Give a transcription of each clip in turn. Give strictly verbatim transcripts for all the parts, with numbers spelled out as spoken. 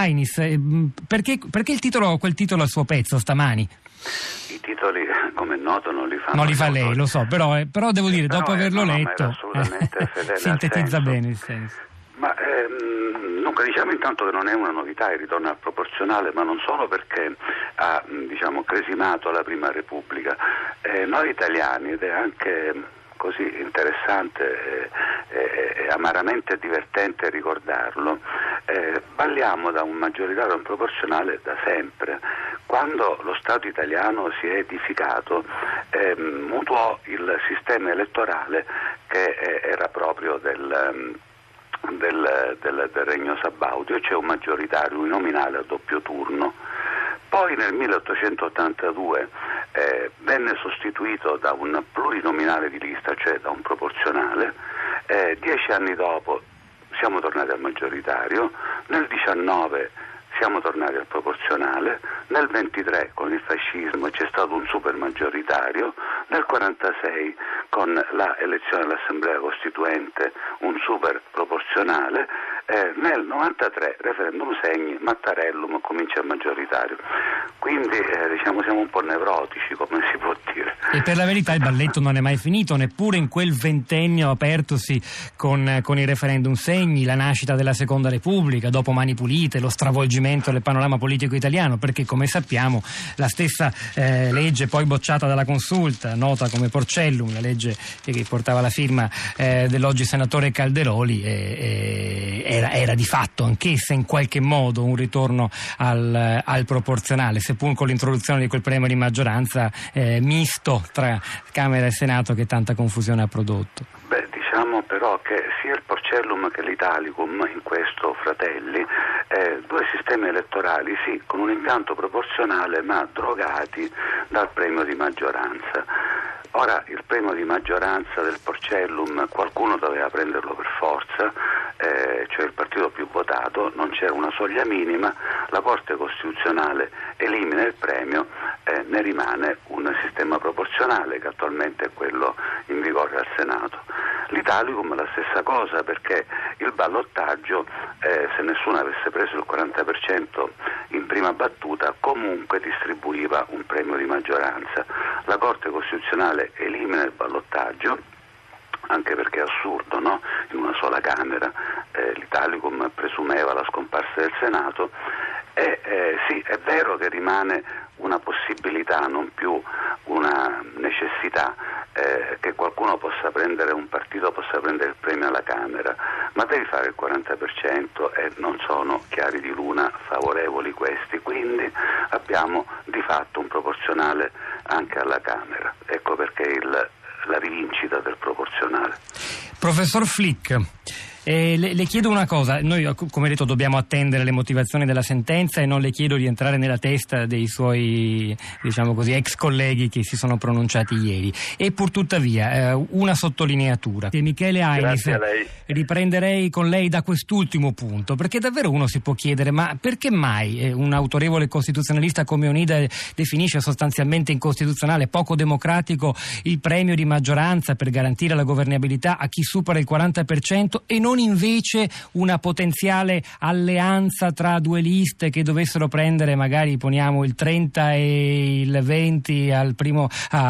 Ainis, perché, perché il titolo, quel titolo al suo pezzo stamani? I titoli, come è noto, non li fanno. Non li fa lei, lo so, però, eh, però devo dire, però dopo è, averlo no, letto, eh, sintetizza bene il senso. Ma ehm, dunque diciamo intanto che non è una novità il ritorno al proporzionale, ma non solo perché ha diciamo cresimato la Prima Repubblica. Eh, noi italiani, ed è anche così interessante e, e amaramente divertente ricordarlo, eh, balliamo da un maggioritario a un proporzionale da sempre. Quando lo Stato italiano si è edificato, eh, mutuò il sistema elettorale che eh, era proprio del... Del, del, del Regno Sabaudio, c'è un maggioritario uninominale a doppio turno. Poi nel milleottocentottantadue eh, venne sostituito da un plurinominale di lista, cioè da un proporzionale. Eh, dieci anni dopo siamo tornati al maggioritario, nel diciannove siamo tornati al proporzionale, nel ventitré con il fascismo c'è stato un super maggioritario, nel quarantasei con la elezione dell'Assemblea Costituente un super proporzionale, eh, nel novantatré referendum Segni, Mattarellum comincia il maggioritario. Quindi eh, diciamo siamo un po' nevrotici, come si può dire. E per la verità il balletto non è mai finito, neppure in quel ventennio apertosi con, con i referendum Segni, la nascita della Seconda Repubblica, dopo Mani Pulite, lo stravolgimento del panorama politico italiano, perché come sappiamo la stessa eh, legge poi bocciata dalla Consulta, nota come Porcellum, la legge che portava la firma eh, dell'oggi senatore Calderoli, eh, eh, era, era di fatto anch'essa in qualche modo un ritorno al, al proporzionale, seppur con l'introduzione di quel premio di maggioranza eh, misto tra Camera e Senato che tanta confusione ha prodotto. Beh, diciamo però che sia il Porcellum che l'Italicum, in questo fratelli, eh, due sistemi elettorali, sì, con un impianto proporzionale ma drogati dal premio di maggioranza. Ora, il premio di maggioranza del Porcellum qualcuno doveva prenderlo per forza, eh, cioè il partito più votato, non c'era una soglia minima, la Corte Costituzionale elimina il premio, eh, ne rimane un sistema proporzionale che attualmente è quello in vigore al Senato. L'Italicum la stessa cosa, perché il ballottaggio, eh, se nessuno avesse preso il quaranta per cento in prima battuta, comunque distribuiva un premio di maggioranza. La Corte Costituzionale elimina il ballottaggio, anche perché è assurdo, no? In una sola Camera, eh, l'Italicum presumeva la scomparsa del Senato, e eh, sì, è vero che rimane una possibilità, non più una necessità, eh, che qualcuno possa prendere, un partito possa prendere il premio alla Camera, ma devi fare il quaranta per cento e non sono chiari di luna favorevoli questi, quindi abbiamo di fatto un proporzionale anche alla Camera. Ecco perché il, la rivincita del proporzionale. Professor Flick, Eh, le, le chiedo una cosa, noi come detto dobbiamo attendere le motivazioni della sentenza e non le chiedo di entrare nella testa dei suoi, diciamo così, ex colleghi che si sono pronunciati ieri, e pur tuttavia eh, una sottolineatura. E Michele Ainis, riprenderei con lei da quest'ultimo punto, perché davvero uno si può chiedere, ma perché mai eh, un autorevole costituzionalista come Onida definisce sostanzialmente incostituzionale, poco democratico il premio di maggioranza per garantire la governabilità a chi supera il quaranta per cento e non invece una potenziale alleanza tra due liste che dovessero prendere magari, poniamo, il trenta e il venti al primo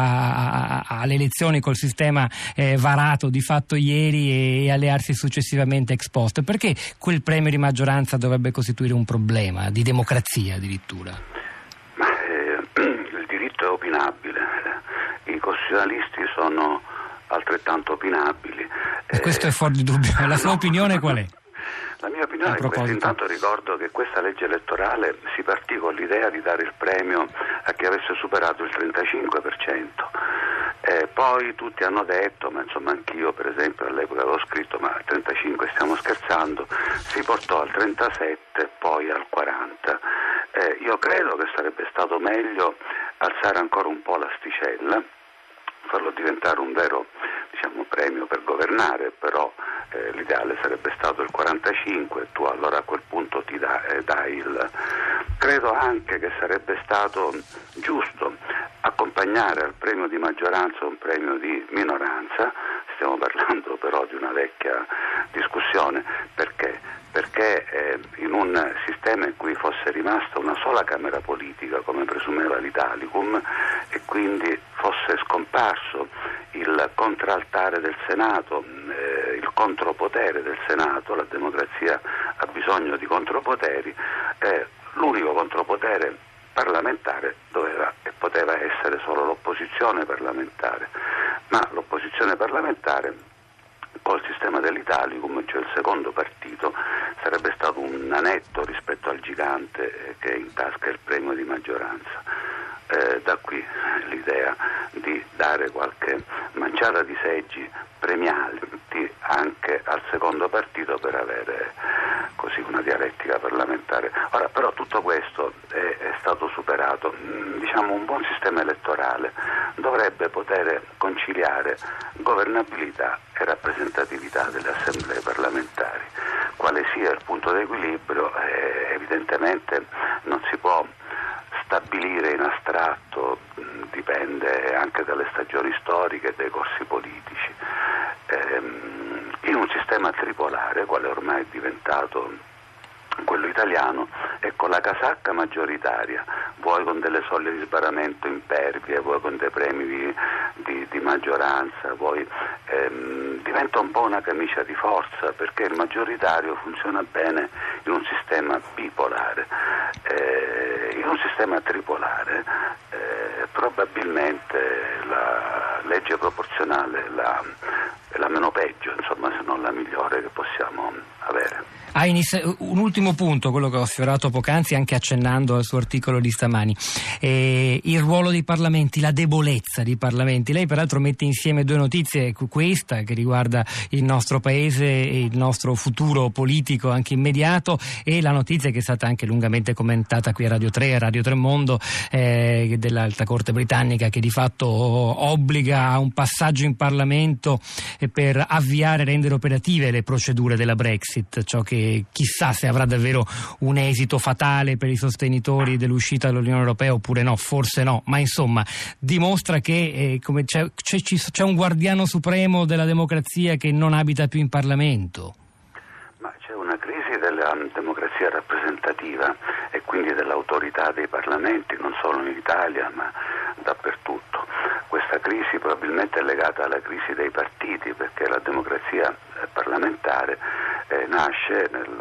a, a, alle elezioni col sistema eh, varato di fatto ieri, e, e allearsi successivamente ex post? Perché quel premio di maggioranza dovrebbe costituire un problema di democrazia addirittura? Ma eh, il diritto è opinabile, i costituzionalisti sono altrettanto opinabili. E questo è fuori di dubbio. La sua no. opinione qual è? La mia opinione è questa. Intanto ricordo che questa legge elettorale si partì con l'idea di dare il premio a chi avesse superato il trentacinque per cento. Eh, poi tutti hanno detto, ma insomma anch'io per esempio all'epoca avevo scritto, ma al trentacinque stiamo scherzando, si portò al trentasette, poi al quaranta. Eh, io credo che sarebbe stato meglio alzare ancora un po' l'asticella, farlo diventare un vero, diciamo, premio per governare, però eh, l'ideale sarebbe stato il quarantacinque, tu allora a quel punto ti da, eh, dai il... Credo anche che sarebbe stato giusto accompagnare al premio di maggioranza un premio di minoranza. Stiamo parlando però di una vecchia discussione, perché perché eh, in un sistema in cui fosse rimasta una sola Camera politica, come presumeva l'Italicum, e quindi fosse scomparso il contraltare del Senato, eh, il contropotere del Senato, la democrazia ha bisogno di contropoteri, eh, l'unico contropotere parlamentare doveva e poteva essere solo l'opposizione parlamentare, ma l'opposizione parlamentare col sistema dell'Italicum, cioè il secondo partito, sarebbe stato un anetto rispetto al gigante che intasca il premio di maggioranza. Eh, da qui l'idea di dare qualche manciata di seggi premianti anche al secondo partito per avere così una dialettica parlamentare. Ora però tutto questo è, è stato superato. Diciamo, un buon sistema elettorale dovrebbe poter conciliare governabilità e rappresentatività delle assemblee parlamentari. Quale sia il punto d'equilibrio eh, evidentemente non si può stabilire in astratto, dipende anche dalle stagioni storiche e dai corsi politici. Ehm, in un sistema tripolare, quale ormai è diventato quello italiano, e con la casacca maggioritaria, vuoi con delle soglie di sbarramento impervie, vuoi con dei premi di, di, di maggioranza, vuoi, ehm, diventa un po' una camicia di forza, perché il maggioritario funziona bene in un sistema bipolare. Eh, in un sistema tripolare eh, probabilmente la legge proporzionale la, è la meno peggio, insomma, se non la migliore che possiamo avere. Ainis, un ultimo punto, quello che ho sfiorato poc'anzi anche accennando al suo articolo di stamani, eh, il ruolo dei parlamenti, la debolezza dei parlamenti. Lei peraltro mette insieme due notizie, questa che riguarda il nostro paese e il nostro futuro politico anche immediato, e la notizia che è stata anche lungamente commentata qui a Radio tre, a Radio tre Mondo, eh, dell'Alta Corte britannica, che di fatto obbliga a un passaggio in Parlamento per avviare e rendere operative le procedure della Brexit, ciò che chissà se avrà davvero un esito fatale per i sostenitori dell'uscita dall'Unione Europea oppure no, forse no, ma insomma dimostra che eh, come c'è, c'è, c'è un guardiano supremo della democrazia che non abita più in Parlamento. Ma c'è una crisi della democrazia rappresentativa e quindi dell'autorità dei parlamenti, non solo in Italia ma dappertutto. Questa crisi probabilmente è legata alla crisi dei partiti, perché la democrazia parlamentare eh, nasce nel,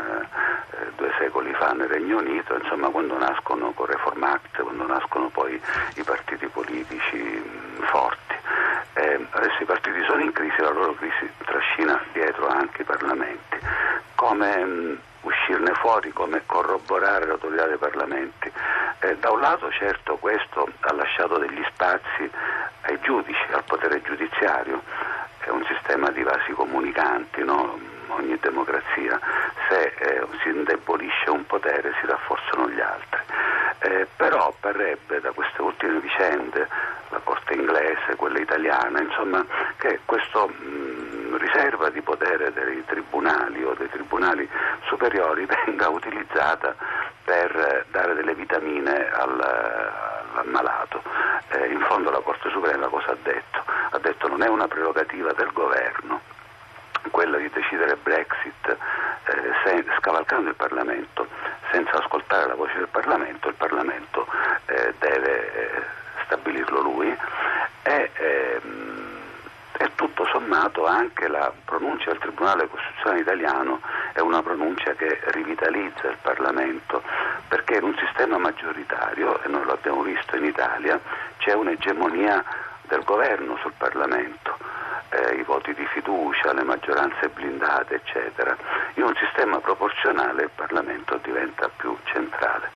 eh, due secoli fa nel Regno Unito, insomma, quando nascono con Reform Act, quando nascono poi i partiti politici mh, forti. Eh, adesso i partiti sono in crisi, la loro crisi trascina dietro anche i parlamenti. Come mh, uscirne fuori, come corroborare l'autorità dei parlamenti? Eh, da un lato certo questo ha lasciato degli spazi ai giudici, al potere giudiziario, è un sistema di vasi comunicanti, no? Ogni democrazia, se eh, si indebolisce un potere si rafforzano gli altri. Eh, però parrebbe da queste ultime vicende, la Corte inglese, quella italiana, insomma, che questa riserva di potere dei tribunali o dei tribunali superiori venga utilizzata per eh, dare delle vitamine al, all'ammalato. Eh, in fondo la Corte Suprema cosa ha detto? Ha detto non è una prerogativa del governo quella di decidere Brexit eh, se, scavalcando il Parlamento, senza ascoltare la voce del Parlamento. Il Parlamento eh, deve eh, stabilirlo lui e, ehm, e tutto sommato anche la pronuncia del Tribunale Costituzionale italiano è una pronuncia che rivitalizza il Parlamento, perché in un sistema maggioritario, e noi lo abbiamo visto in Italia, c'è un'egemonia del governo sul Parlamento. Eh, i voti di fiducia, le maggioranze blindate, eccetera. In un sistema proporzionale il Parlamento diventa più centrale.